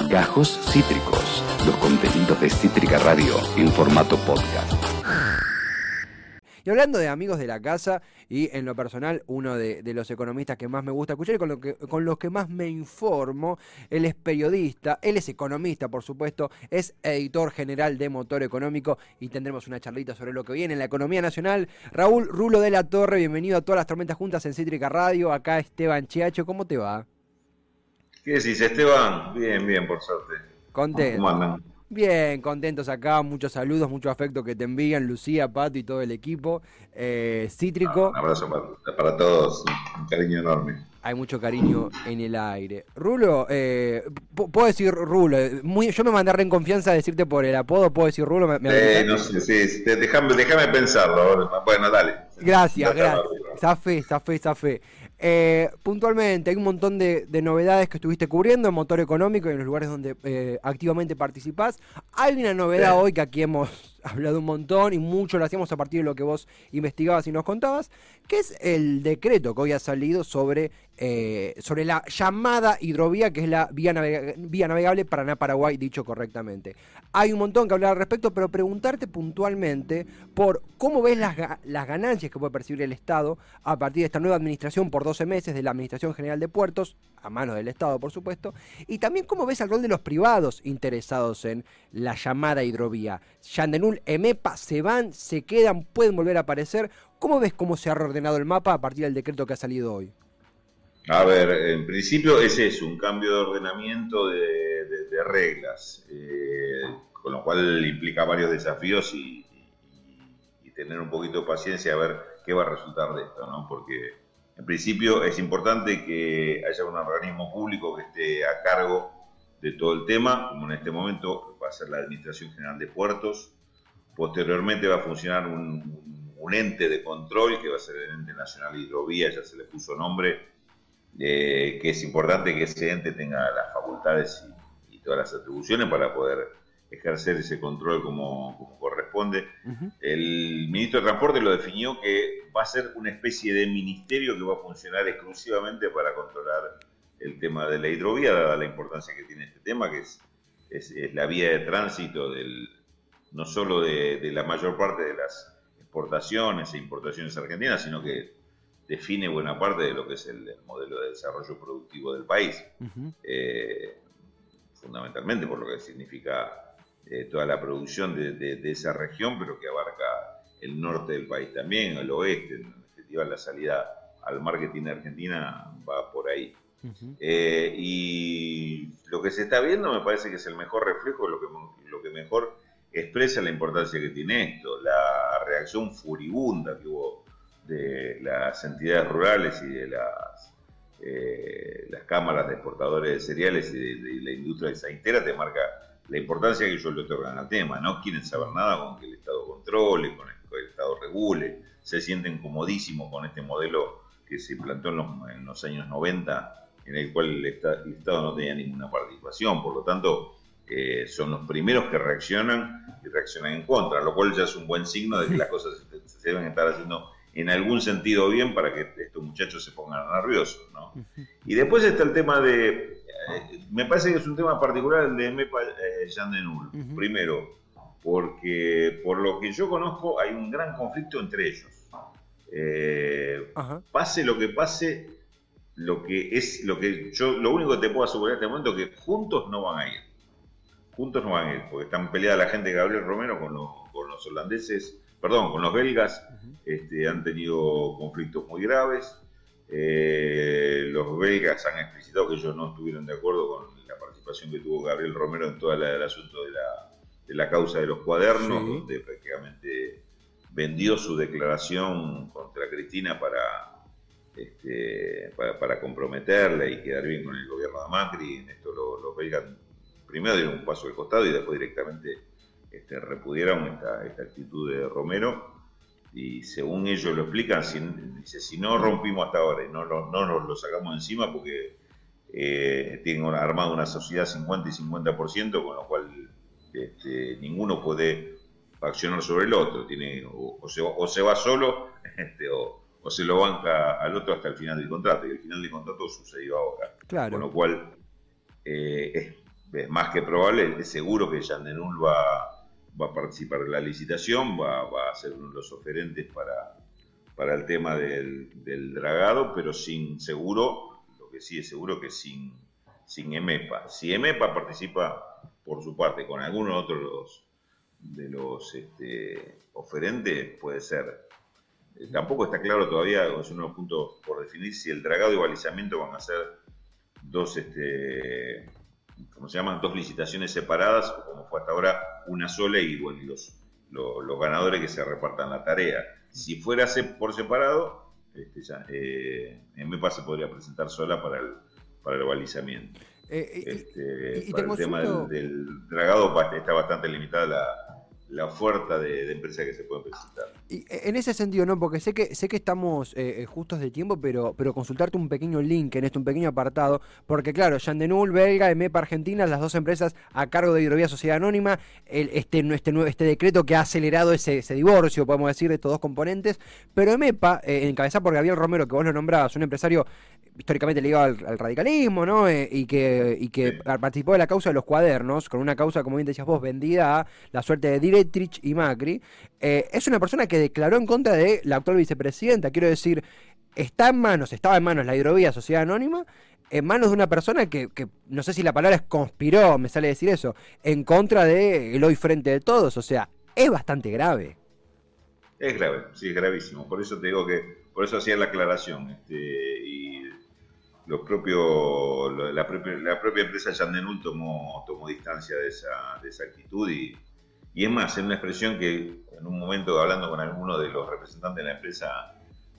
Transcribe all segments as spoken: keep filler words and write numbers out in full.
Gajos Cítricos, los contenidos de Cítrica Radio en formato podcast. Y hablando de amigos de la casa, y en lo personal, uno de, de los economistas que más me gusta escuchar y con, lo que, con los que más me informo, él es periodista, él es economista, por supuesto, es editor general de Motor Económico y tendremos una charlita sobre lo que viene en la economía nacional. Raúl Rulo de la Torre, bienvenido a todas las tormentas juntas en Cítrica Radio. Acá Esteban Chiacho, ¿cómo te va? ¿Qué decís, Esteban? Bien, bien, por suerte. Contento. ¿Cómo andan? Bien, contentos acá, muchos saludos, mucho afecto que te envían Lucía, Pato y todo el equipo. Eh, Cítrico. Un abrazo para, para todos, un cariño enorme. Hay mucho cariño en el aire. Rulo, eh, puedo decir Rulo, muy, yo me mandé re en confianza a decirte por el apodo, ¿puedo decir Rulo? ¿Me, me eh, no sé, sí, te, déjame, déjame pensarlo. Bueno, dale. Gracias, gracias. Zafé, zafé, zafé. Eh, puntualmente, hay un montón de, de novedades que estuviste cubriendo en Motor Económico y en los lugares donde eh, activamente participás. Hay una novedad sí. hoy que aquí hemos hablado un montón y mucho lo hacíamos a partir de lo que vos investigabas y nos contabas, que es el decreto que hoy ha salido sobre, eh, sobre la llamada hidrovía, que es la vía, navega- vía navegable Paraná-Paraguay, dicho correctamente. Hay un montón que hablar al respecto, pero preguntarte puntualmente por cómo ves las, las ganancias que puede percibir el Estado a partir de esta nueva administración por doce meses de la Administración General de Puertos, a manos del Estado, por supuesto, y también cómo ves el rol de los privados interesados en la llamada hidrovía. Yandenul, EMEPA, se van, se quedan, pueden volver a aparecer. ¿Cómo ves cómo se ha reordenado el mapa a partir del decreto que ha salido hoy? A ver, en principio ese es un cambio de ordenamiento de, de, de reglas, eh, con lo cual implica varios desafíos y, y, y tener un poquito de paciencia a ver qué va a resultar de esto, ¿no? Porque en principio es importante que haya un organismo público que esté a cargo de todo el tema, como en este momento va a ser la Administración General de Puertos. Posteriormente va a funcionar un, un, un ente de control que va a ser el Ente Nacional de Hidrovía, ya se le puso nombre, eh, que es importante que ese ente tenga las facultades y, y todas las atribuciones para poder ejercer ese control como, como corresponde. Uh-huh. El ministro de Transporte lo definió que va a ser una especie de ministerio que va a funcionar exclusivamente para controlar el tema de la hidrovía, dada la importancia que tiene este tema, que es, es, es la vía de tránsito del, no solo de, de la mayor parte de las exportaciones e importaciones argentinas, sino que define buena parte de lo que es el, el modelo de desarrollo productivo del país. Uh-huh. Eh, fundamentalmente por lo que significa Eh, toda la producción de, de, de esa región, pero que abarca el norte del país también, el oeste. En definitiva, la salida al mar que tiene Argentina va por ahí. Uh-huh. Eh, y lo que se está viendo me parece que es el mejor reflejo de lo que, lo que mejor expresa la importancia que tiene esto, la reacción furibunda que hubo de las entidades rurales y de las, eh, las cámaras de exportadores de cereales y de, de la industria sanitera, te marca la importancia que ellos le otorgan al tema. No quieren saber nada con que el Estado controle, con el, con el Estado regule, se sienten comodísimos con este modelo que se plantó en los, en los años noventa, en el cual el, esta, el Estado no tenía ninguna participación. Por lo tanto, eh, son los primeros que reaccionan y reaccionan en contra, lo cual ya es un buen signo de que las cosas se, se deben estar haciendo en algún sentido bien para que estos muchachos se pongan nerviosos, ¿no? Y después está el tema de... Eh, me parece que es un tema particular el de EMEPA eh, Yandenul. Uh-huh. Primero, porque por lo que yo conozco hay un gran conflicto entre ellos. Eh, uh-huh. Pase lo que pase, lo que es lo que yo lo único que te puedo asegurar en este momento es que juntos no van a ir. Juntos no van a ir, porque están peleada la gente de Gabriel Romero con los, con los holandeses, perdón, con los belgas. Uh-huh. Este, han tenido conflictos muy graves. Eh, los belgas han explicitado que ellos no estuvieron de acuerdo con la participación que tuvo Gabriel Romero en todo el asunto de la, de la causa de los cuadernos, sí. Donde prácticamente vendió su declaración contra Cristina para, este, para, para comprometerla y quedar bien con el gobierno de Macri. En esto los, los belgas primero dieron un paso al costado y después directamente este, repudiaron esta, esta actitud de Romero. Y según ellos lo explican, si, dice, si no rompimos hasta ahora y no, no, no nos lo sacamos encima porque eh, tienen armado una sociedad cincuenta y cincuenta por ciento, con lo cual este, ninguno puede accionar sobre el otro, tiene o, o, se, o se va solo este, o, o se lo banca al otro hasta el final del contrato, y el final del contrato sucedió ahora, claro. Con lo cual eh, es es más que probable, es seguro que Jean Denul va, va a participar en la licitación, va, va a ser uno de los oferentes para, para el tema del, del dragado, pero sin seguro, lo que sí es seguro que sin, sin EMEPA. Si EMEPA participa por su parte con alguno de otros de los este, oferentes, puede ser. Eh, tampoco está claro todavía, es uno de los puntos por definir, si el dragado y balizamiento van a ser dos, este, ¿cómo se llaman? Dos licitaciones separadas, o como fue hasta ahora, una sola, y bueno, y los, los, los ganadores que se repartan la tarea. Si fuera por separado, este, ya, eh, EMEPA se podría presentar sola para el, para el balizamiento. Eh, este, y, y para el tema del, del dragado está bastante limitada la, la oferta de, de empresas que se pueden presentar. Y en ese sentido, no, porque sé que sé que estamos eh, justos de tiempo, pero pero consultarte un pequeño link en este, un pequeño apartado, porque claro, Jean Denul, belga, EMEPA, Argentina, las dos empresas a cargo de Hidrovía Sociedad Anónima, el, este, este, este decreto que ha acelerado ese, ese divorcio, podemos decir, de estos dos componentes, pero EMEPA, eh, encabezada por Gabriel Romero, que vos lo nombrabas, un empresario históricamente ligado al, al radicalismo, ¿no? Eh, y que, y que sí. participó de la causa de los cuadernos, con una causa, como bien decías vos, vendida a la suerte de Dietrich y Macri. Eh, es una persona que declaró en contra de la actual vicepresidenta. Quiero decir, está en manos, estaba en manos la Hidrovía Sociedad Anónima, en manos de una persona que, que, no sé si la palabra es conspiró, me sale decir eso, en contra de el hoy Frente de Todos. O sea, es bastante grave. Es grave, sí, es gravísimo. Por eso te digo que, por eso hacía la aclaración. Este, y los propios, la propia, la propia empresa Jean Denul tomó, tomó distancia de esa, de esa actitud y, y es más, en una expresión que en un momento hablando con alguno de los representantes de la empresa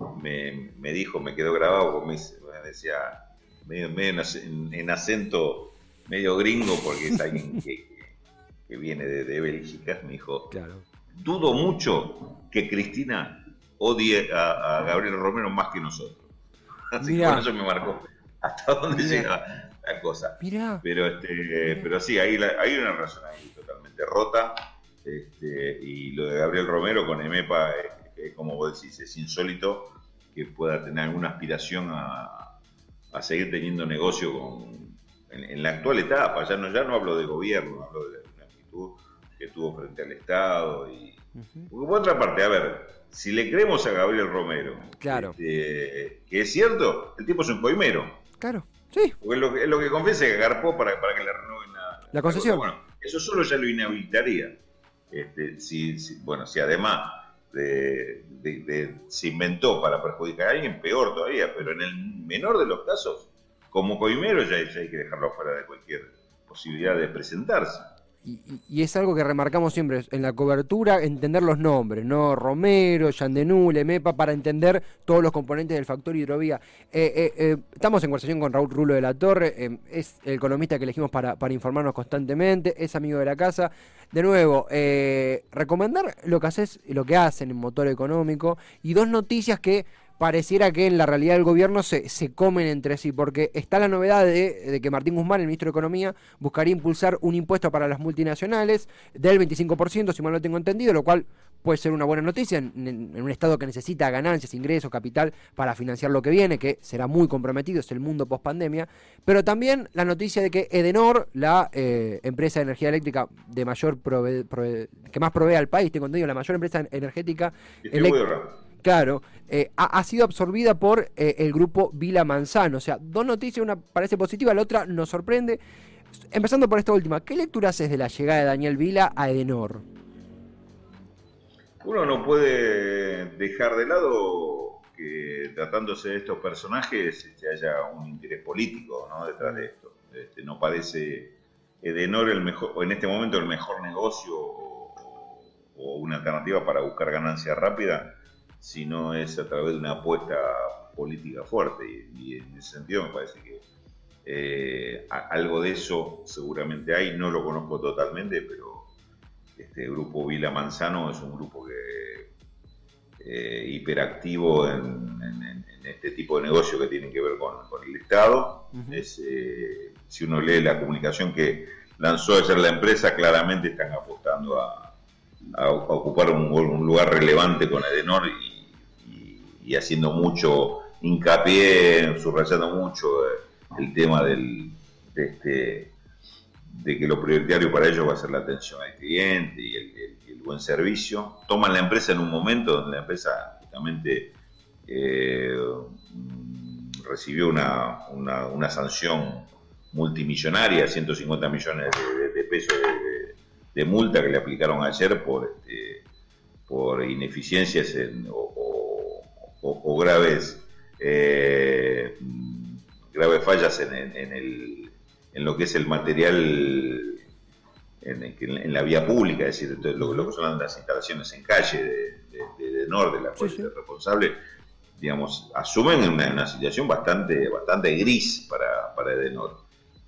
me, me dijo, me quedó grabado, me, me decía medio, medio en, en acento medio gringo, porque es alguien que, que, que viene de, de Bélgica, me dijo, claro. Dudo mucho que Cristina odie a, a Gabriel Romero más que nosotros. Así Mirá. que con eso me marcó hasta dónde Mirá. llega la cosa. Mirá. Pero este, pero sí, hay, la, hay una razón ahí totalmente rota. Este, y lo de Gabriel Romero con EMEPA es, es como vos decís, es insólito que pueda tener alguna aspiración a, a seguir teniendo negocio con, en, en la actual etapa. Ya no, ya no hablo de gobierno, hablo de la actitud que tuvo frente al Estado. Y uh-huh. Por otra parte, a ver, si le creemos a Gabriel Romero, claro. este, que es cierto, el tipo es un coimero. Claro, sí. Porque es lo que, es lo que confiesa, que agarpó para, para que le renueven la, la concesión. La bueno, eso solo ya lo inhabilitaría. Este, si, si, bueno, si además de, de, de, se inventó para perjudicar a alguien, peor todavía, pero en el menor de los casos, como coimero ya, ya hay que dejarlo fuera de cualquier posibilidad de presentarse. Y, y, y es algo que remarcamos siempre en la cobertura, entender los nombres, ¿no? Romero, Jean Denul, EMEPA, para entender todos los componentes del factor hidrovía. Eh, eh, eh, estamos en conversación con Raúl Rulo de la Torre, eh, es el economista que elegimos para, para informarnos constantemente, es amigo de la casa. De nuevo, eh, recomendar lo que haces, lo que hacen en Motor Económico, y dos noticias que pareciera que en la realidad del gobierno se, se comen entre sí, porque está la novedad de, de que Martín Guzmán, el ministro de Economía, buscaría impulsar un impuesto para las multinacionales del veinticinco por ciento, si mal no tengo entendido, lo cual puede ser una buena noticia en, en, en un Estado que necesita ganancias, ingresos, capital para financiar lo que viene, que será muy comprometido, es el mundo post-pandemia, pero también la noticia de que Edenor, la eh, empresa de energía eléctrica de mayor prove, prove, que más provee al país, tengo entendido, la mayor empresa energética eléctrica, claro, eh, ha, ha sido absorbida por eh, el grupo Vila Manzano. O sea, dos noticias, una parece positiva, la otra nos sorprende. Empezando por esta última, ¿qué lectura haces de la llegada de Daniel Vila a Edenor? Uno no puede dejar de lado que tratándose de estos personajes este, haya un interés político, ¿no?, detrás de esto. Este, no parece Edenor el mejor, o en este momento el mejor negocio o, o una alternativa para buscar ganancia rápida, si no es a través de una apuesta política fuerte, y, y en ese sentido me parece que eh, a, algo de eso seguramente hay, no lo conozco totalmente, pero este grupo Vila Manzano es un grupo que eh, hiperactivo en, en, en este tipo de negocios que tienen que ver con, con el Estado. Uh-huh. es, eh, si uno lee la comunicación que lanzó ayer la empresa, claramente están apostando a, a, a ocupar un, un lugar relevante con Edenor y y haciendo mucho hincapié, subrayando mucho eh, el tema del, de, este, de que lo prioritario para ellos va a ser la atención al cliente y el, el, el buen servicio. Toman la empresa en un momento donde la empresa justamente eh, recibió una, una, una sanción multimillonaria, ciento cincuenta millones de, de, de pesos de, de, de multa que le aplicaron ayer por, este, por ineficiencias en, o, o, o, o graves eh, graves fallas en, en, en, el, en lo que es el material en, en la vía pública, es decir, entonces, lo, lo que son las instalaciones en calle de, de, de, de Edenor, de la cual sí, sí. es responsable, digamos, asumen una, una situación bastante, bastante gris para, para Edenor.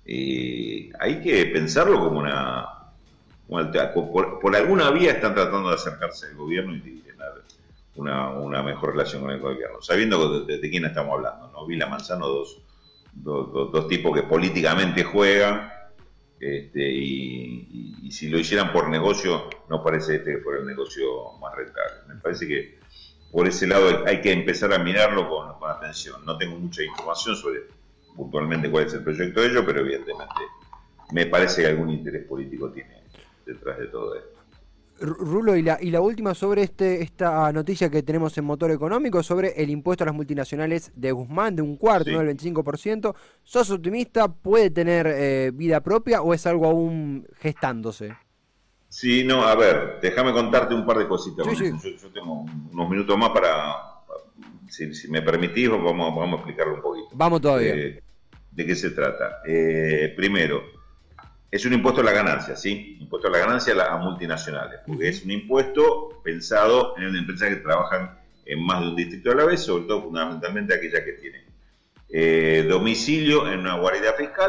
Y hay que pensarlo como una, una por, por alguna vía están tratando de acercarse al gobierno y de tener una, una mejor relación con el gobierno, sabiendo de, de, de quién estamos hablando, ¿no? Vila Manzano, dos, dos, dos, dos tipos que políticamente juegan, este, y, y, y si lo hicieran por negocio, no parece este que fuera el negocio más rentable. Me parece que por ese lado hay que empezar a mirarlo con, con atención. No tengo mucha información sobre puntualmente cuál es el proyecto de ellos, pero evidentemente me parece que algún interés político tiene detrás de todo esto. Rulo, y la, y la última sobre este esta noticia que tenemos en Motor Económico, sobre el impuesto a las multinacionales de Guzmán, de un cuarto, sí. ¿no? El veinticinco por ciento. ¿Sos optimista? ¿Puede tener eh, vida propia o es algo aún gestándose? Sí, no, a ver, déjame contarte un par de cositas. Sí, sí. Yo, yo tengo unos minutos más para, si, si me permitís, vamos, vamos a explicarlo un poquito. Vamos todavía. Eh, ¿De qué se trata? Eh, primero, es un impuesto a la ganancia, ¿sí? Impuesto a la ganancia a, la, a multinacionales, porque uh-huh. es un impuesto pensado en empresas que trabajan en más de un distrito a la vez, sobre todo fundamentalmente aquellas que tienen eh, domicilio en una guarida fiscal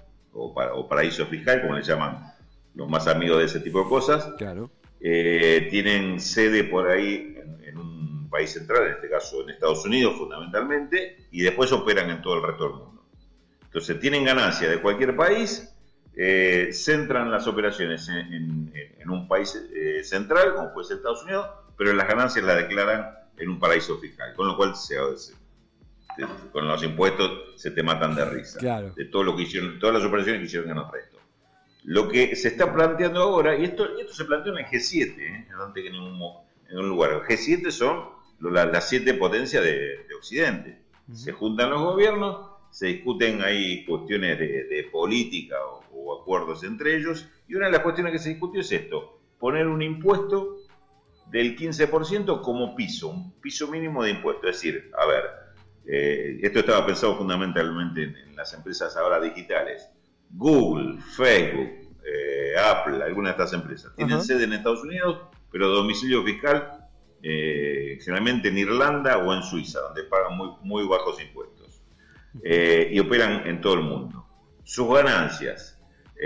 o, para, o paraíso fiscal, como le llaman los más amigos de ese tipo de cosas. Claro. Eh, tienen sede por ahí en, en un país central, en este caso en Estados Unidos fundamentalmente, y después operan en todo el resto del mundo. Entonces tienen ganancia de cualquier país, eh, centran las operaciones en, en, en un país eh, central, como puede ser Estados Unidos, pero las ganancias las declaran en un paraíso fiscal, con lo cual se, se, te, con los impuestos se te matan de risa, claro. de todo lo que hicieron, todas las operaciones que hicieron en el resto. Lo que se está planteando ahora, y esto, y esto se planteó en el G siete, ¿eh? antes que en un, en un lugar. El G siete son la, las siete potencias de, de Occidente. Uh-huh. Se juntan los gobiernos, se discuten ahí cuestiones de, de política o, o acuerdos entre ellos, y una de las cuestiones que se discutió es esto: poner un impuesto del quince por ciento como piso, un piso mínimo de impuesto. Es decir, a ver, eh, esto estaba pensado fundamentalmente en, en las empresas ahora digitales. Google, Facebook, eh, Apple, algunas de estas empresas tienen uh-huh. sede en Estados Unidos, pero domicilio fiscal eh, generalmente en Irlanda o en Suiza, donde pagan muy, muy bajos impuestos, eh, y operan en todo el mundo. Sus ganancias,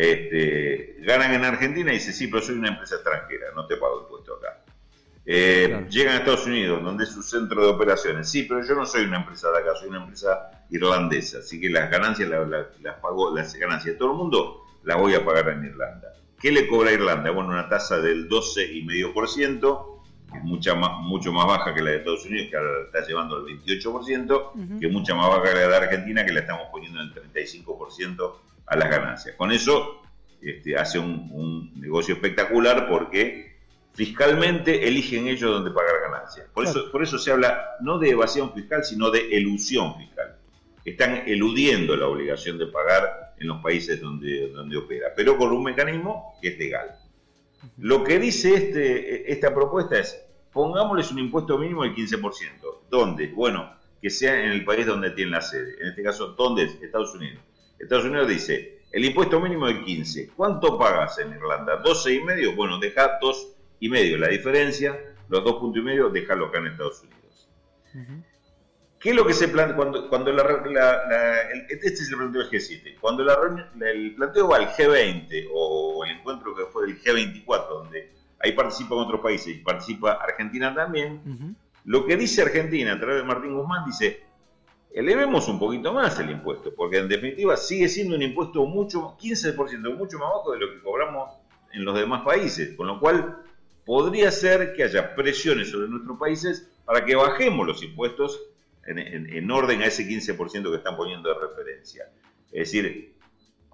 este, ganan en Argentina y dicen, sí, pero soy una empresa extranjera, no te pago impuesto acá. Eh, claro. Llegan a Estados Unidos, donde es su centro de operaciones. Sí, pero yo no soy una empresa de acá, soy una empresa irlandesa, así que las ganancias las, las, las pago, las ganancias de todo el mundo las voy a pagar en Irlanda. ¿Qué le cobra a Irlanda? Bueno, una tasa del doce coma cinco por ciento, que es mucha más, mucho más baja que la de Estados Unidos, que ahora está llevando al veintiocho por ciento, uh-huh. que es mucha más baja que la de Argentina, que la estamos poniendo en el treinta y cinco por ciento a las ganancias. Con eso este, hace un, un negocio espectacular, porque fiscalmente eligen ellos dónde pagar ganancias. Por, claro. eso, por eso se habla no de evasión fiscal, sino de elusión fiscal. Están eludiendo la obligación de pagar en los países donde, donde opera, pero con un mecanismo que es legal. Lo que dice este, esta propuesta es, pongámosles un impuesto mínimo del quince por ciento. ¿Dónde? Bueno, que sea en el país donde tiene la sede. En este caso, ¿dónde es? Estados Unidos. Estados Unidos dice, el impuesto mínimo del quince. ¿Cuánto pagas en Irlanda? ¿doce y medio? Bueno, deja dos y medio. La diferencia, los dos puntos y medio, déjalo acá en Estados Unidos. Uh-huh. ¿Qué es lo que se plantea cuando, cuando la, la, la, el, este es el planteo del G siete? Cuando la, la, el planteo va al G veinte o el encuentro que fue del G veinticuatro, donde ahí participan otros países y participa Argentina también, uh-huh. lo que dice Argentina a través de Martín Guzmán dice, elevemos un poquito más el impuesto, porque en definitiva sigue siendo un impuesto mucho, quince por ciento, mucho más bajo de lo que cobramos en los demás países, con lo cual podría ser que haya presiones sobre nuestros países para que bajemos los impuestos En, en, en orden a ese quince por ciento que están poniendo de referencia. Es decir,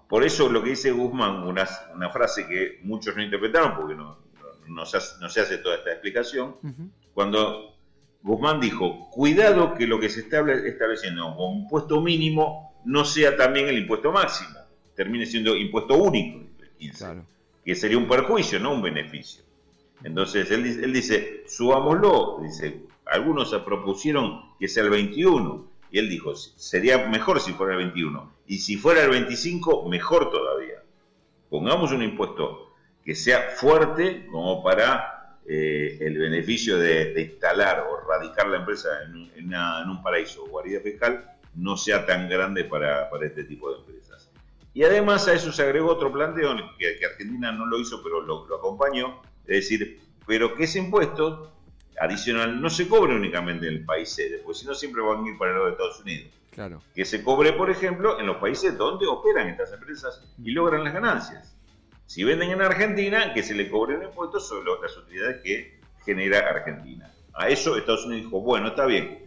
por eso lo que dice Guzmán, una, una frase que muchos no interpretaron porque no, no, no, se, hace, no se hace toda esta explicación, uh-huh. Cuando Guzmán dijo, cuidado que lo que se está estableciendo como impuesto mínimo no sea también el impuesto máximo, termine siendo impuesto único, el quince, claro. Que sería un perjuicio, no un beneficio. Entonces él, él dice, subámoslo, dice, algunos se propusieron que sea el veintiuno, y él dijo, sería mejor si fuera el veintiuno, y si fuera el veinticinco, mejor todavía. Pongamos un impuesto que sea fuerte como para eh, el beneficio de, de instalar o radicar la empresa en, en, una, en un paraíso o guarida fiscal no sea tan grande para, para este tipo de empresas. Y además a eso se agregó otro planteo que, que Argentina no lo hizo, pero lo, lo acompañó, es decir, pero que ese impuesto adicional no se cobre únicamente en el país sede, porque si no siempre van a ir para el lado de Estados Unidos. Claro. Que se cobre, por ejemplo, en los países donde operan estas empresas y logran las ganancias. Si venden en Argentina, que se le cobre un impuesto sobre las utilidades que genera Argentina. A eso Estados Unidos dijo, bueno, está bien,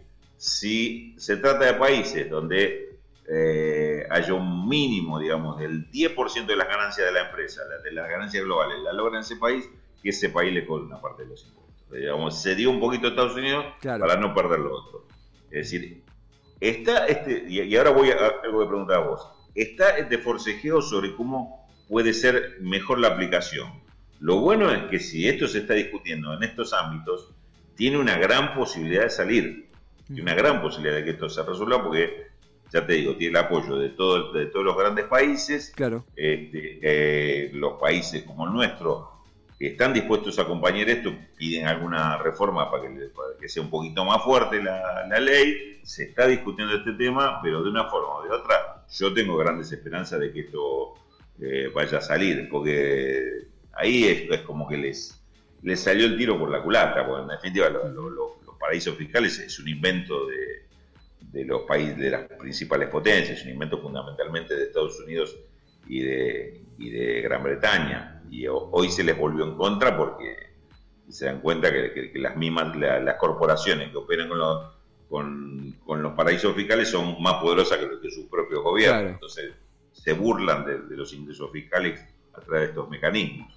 si se trata de países donde eh, haya un mínimo, digamos, del diez por ciento de las ganancias de la empresa, de las ganancias globales, la logran en ese país, que ese país le cobre una parte de los impuestos. Digamos, se dio un poquito a Estados Unidos, claro, para no perder lo otro. Es decir, está este, y ahora voy a algo que preguntar a vos, está este forcejeo sobre cómo puede ser mejor la aplicación. Lo bueno es que si esto se está discutiendo en estos ámbitos, tiene una gran posibilidad de salir, tiene una gran posibilidad de que esto se resuelva, porque ya te digo, tiene el apoyo de, todo, de todos los grandes países, claro. este, eh, los países como el nuestro, que están dispuestos a acompañar esto, piden alguna reforma para que, para que sea un poquito más fuerte la, la ley, se está discutiendo este tema, pero de una forma o de otra, yo tengo grandes esperanzas de que esto eh, vaya a salir, porque ahí es, es como que les, les salió el tiro por la culata, porque en definitiva lo, lo, lo, los paraísos fiscales es un invento de, de los países, de las principales potencias, es un invento fundamentalmente de Estados Unidos y de, y de Gran Bretaña. Y hoy se les volvió en contra porque se dan cuenta que, que, que las mismas la, las corporaciones que operan con los, con, con los paraísos fiscales son más poderosas que, que sus propios gobiernos. Claro. Entonces se burlan de, de los ingresos fiscales a través de estos mecanismos.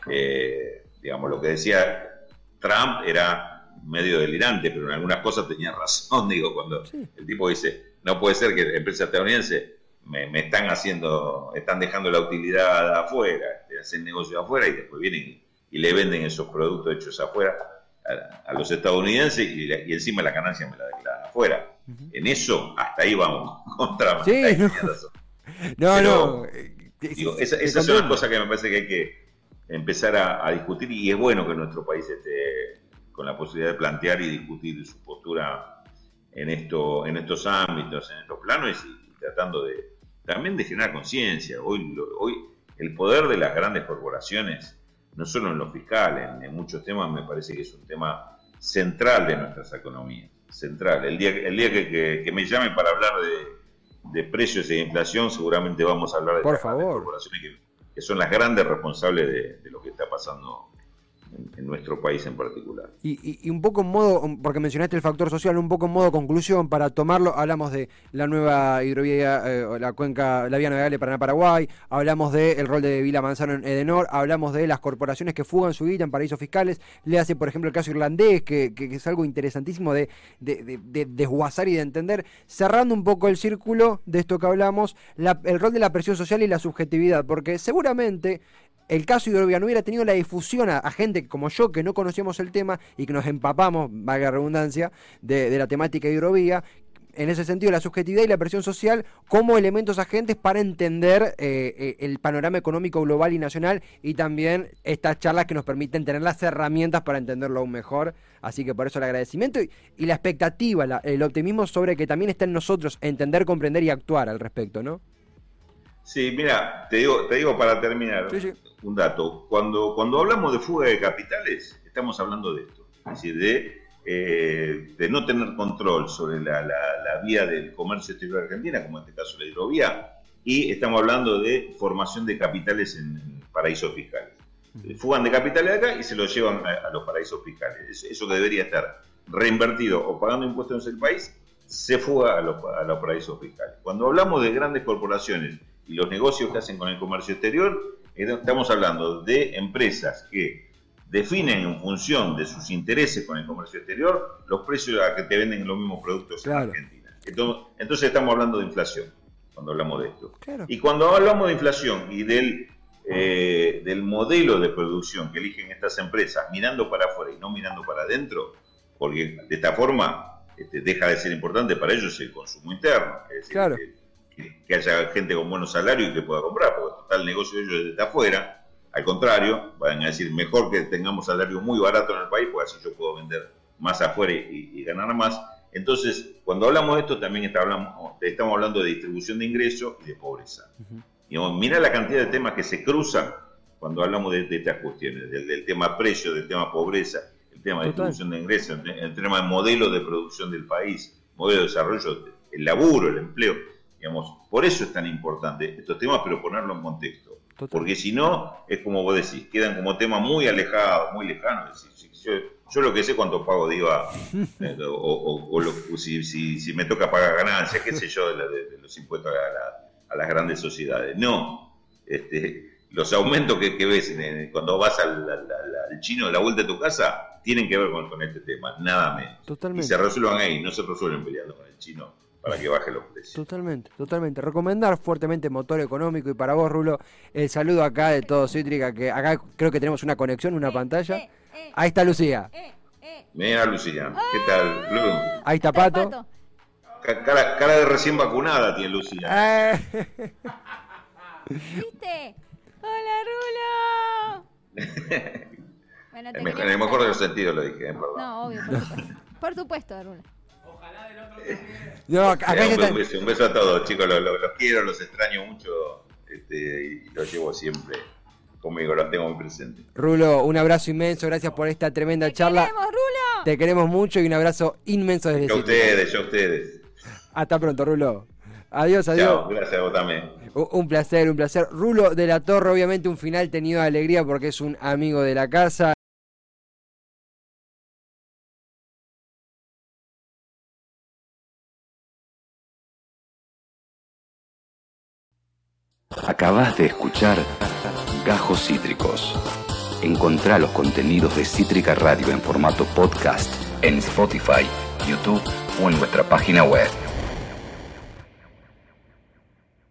Eh, digamos, lo que decía Trump era medio delirante, pero en algunas cosas tenía razón. Digo, cuando sí. El tipo dice, no puede ser que empresas estadounidenses Me, me están haciendo, están dejando la utilidad afuera, hacen negocio afuera y después vienen y, y le venden esos productos hechos afuera a, a los estadounidenses y, la, y encima la ganancia me la declaran afuera. Uh-huh. En eso, hasta ahí vamos contra. Sí, no, no, no. Digo, esa, esas son las cosas que me parece que hay que empezar a, a discutir, y es bueno que nuestro país esté con la posibilidad de plantear y discutir su postura en, esto, en estos ámbitos, en estos planos, y, y tratando de también de generar conciencia. Hoy, hoy el poder de las grandes corporaciones, no solo en lo fiscal, en, en muchos temas, me parece que es un tema central de nuestras economías, central. El día, el día que, que, que me llamen para hablar de, de precios e inflación, seguramente vamos a hablar de Por las favor. grandes corporaciones que, que son las grandes responsables de, de lo que está pasando en, en nuestro país en particular. Y, y, y un poco en modo, porque mencionaste el factor social, un poco en modo conclusión para tomarlo, hablamos de la nueva hidrovía, eh, la cuenca, la vía navegable Paraná-Paraguay, hablamos del rol de Vila Manzano en Edenor, hablamos de las corporaciones que fugan su guita en paraísos fiscales, le hace por ejemplo el caso irlandés, que, que, que es algo interesantísimo de, de, de, de desguazar y de entender, cerrando un poco el círculo de esto que hablamos, la, el rol de la presión social y la subjetividad, porque seguramente el caso Hidrovía no hubiera tenido la difusión a, a gente como yo, que no conocíamos el tema y que nos empapamos, valga la redundancia, de, de la temática de Hidrovía. En ese sentido, la subjetividad y la presión social como elementos agentes para entender eh, eh, el panorama económico global y nacional, y también estas charlas que nos permiten tener las herramientas para entenderlo aún mejor. Así que por eso el agradecimiento y, y la expectativa, la, el optimismo sobre que también está en nosotros entender, comprender y actuar al respecto, ¿no? Sí, mira, te digo, te digo para terminar, sí, sí. un dato. Cuando, cuando hablamos de fuga de capitales, estamos hablando de esto, es decir, de, eh, de no tener control sobre la, la, la vía del comercio exterior de Argentina, como en este caso la hidrovía, y estamos hablando de formación de capitales en, en paraísos fiscales. Uh-huh. Fugan de capitales de acá y se los llevan a, a los paraísos fiscales. Eso, eso que debería estar reinvertido o pagando impuestos en el país, se fuga a los, a los paraísos fiscales. Cuando hablamos de grandes corporaciones y los negocios que hacen con el comercio exterior, estamos hablando de empresas que definen en función de sus intereses con el comercio exterior los precios a que te venden los mismos productos claro. en Argentina. Entonces, entonces estamos hablando de inflación cuando hablamos de esto. Claro. Y cuando hablamos de inflación y del, eh, del modelo de producción que eligen estas empresas, mirando para afuera y no mirando para adentro, porque de esta forma este, deja de ser importante para ellos el consumo interno, es decir, claro. que, que, que haya gente con buenos salarios y que pueda comprar, porque total el negocio de ellos desde afuera. Al contrario, van a decir, mejor que tengamos salarios muy baratos en el país, porque así yo puedo vender más afuera y, y ganar más. Entonces, cuando hablamos de esto, también está, hablamos, estamos hablando de distribución de ingresos y de pobreza. Uh-huh. Digamos, mira la cantidad de temas que se cruzan cuando hablamos de, de estas cuestiones, del, del tema precio, del tema pobreza, el tema de Total. distribución de ingresos, el, el tema de modelo de producción del país, modelo de desarrollo, el laburo, el empleo. Digamos, por eso es tan importante estos temas, pero ponerlo en contexto. Total. Porque si no, es como vos decís, quedan como temas muy alejados, muy lejanos. Si, si, yo, yo lo que sé cuánto pago de I V A, eh, o, o, o lo, si, si, si me toca pagar ganancias, qué sé yo, de, la, de, de los impuestos a, la, a las grandes sociedades. No, este, los aumentos que, que ves en, cuando vas al, al, al chino de la vuelta de tu casa tienen que ver con, con este tema, nada menos. Totalmente. Y se resuelvan ahí, no se resuelven peleando con el chino para que baje los precios. Totalmente, totalmente. Recomendar fuertemente Motor Económico. Y para vos, Rulo, el saludo acá de todo Cítrica, que acá creo que tenemos una conexión, una eh, pantalla. Eh, eh, Ahí está Lucía. Eh, eh. Mira, Lucía. ¿Qué tal, Lu? Ahí está Pato. Cara, cara de recién vacunada tiene Lucía. Eh. ¿Viste? ¡Hola, Rulo! Bueno, en, mejor, en el mejor de los sentidos lo dije, eh, perdón. No, obvio, por supuesto. Por supuesto, Rulo. Ojalá del otro también. No, acá eh, un, está... un, beso, un beso a todos, chicos. Los, los, los quiero, los extraño mucho este, y los llevo siempre conmigo, los tengo muy presentes. Rulo, un abrazo inmenso. Gracias por esta tremenda Te charla. Te queremos, Rulo. Te queremos mucho y un abrazo inmenso desde Yo a ustedes, yo a ustedes. Hasta pronto, Rulo. Adiós, adiós. Chao, gracias a vos también. Un placer, un placer. Rulo de la Torre, obviamente un final tenido de alegría porque es un amigo de la casa. Acabas de escuchar Gajos Cítricos. Encontrá los contenidos de Cítrica Radio en formato podcast en Spotify, YouTube o en nuestra página web.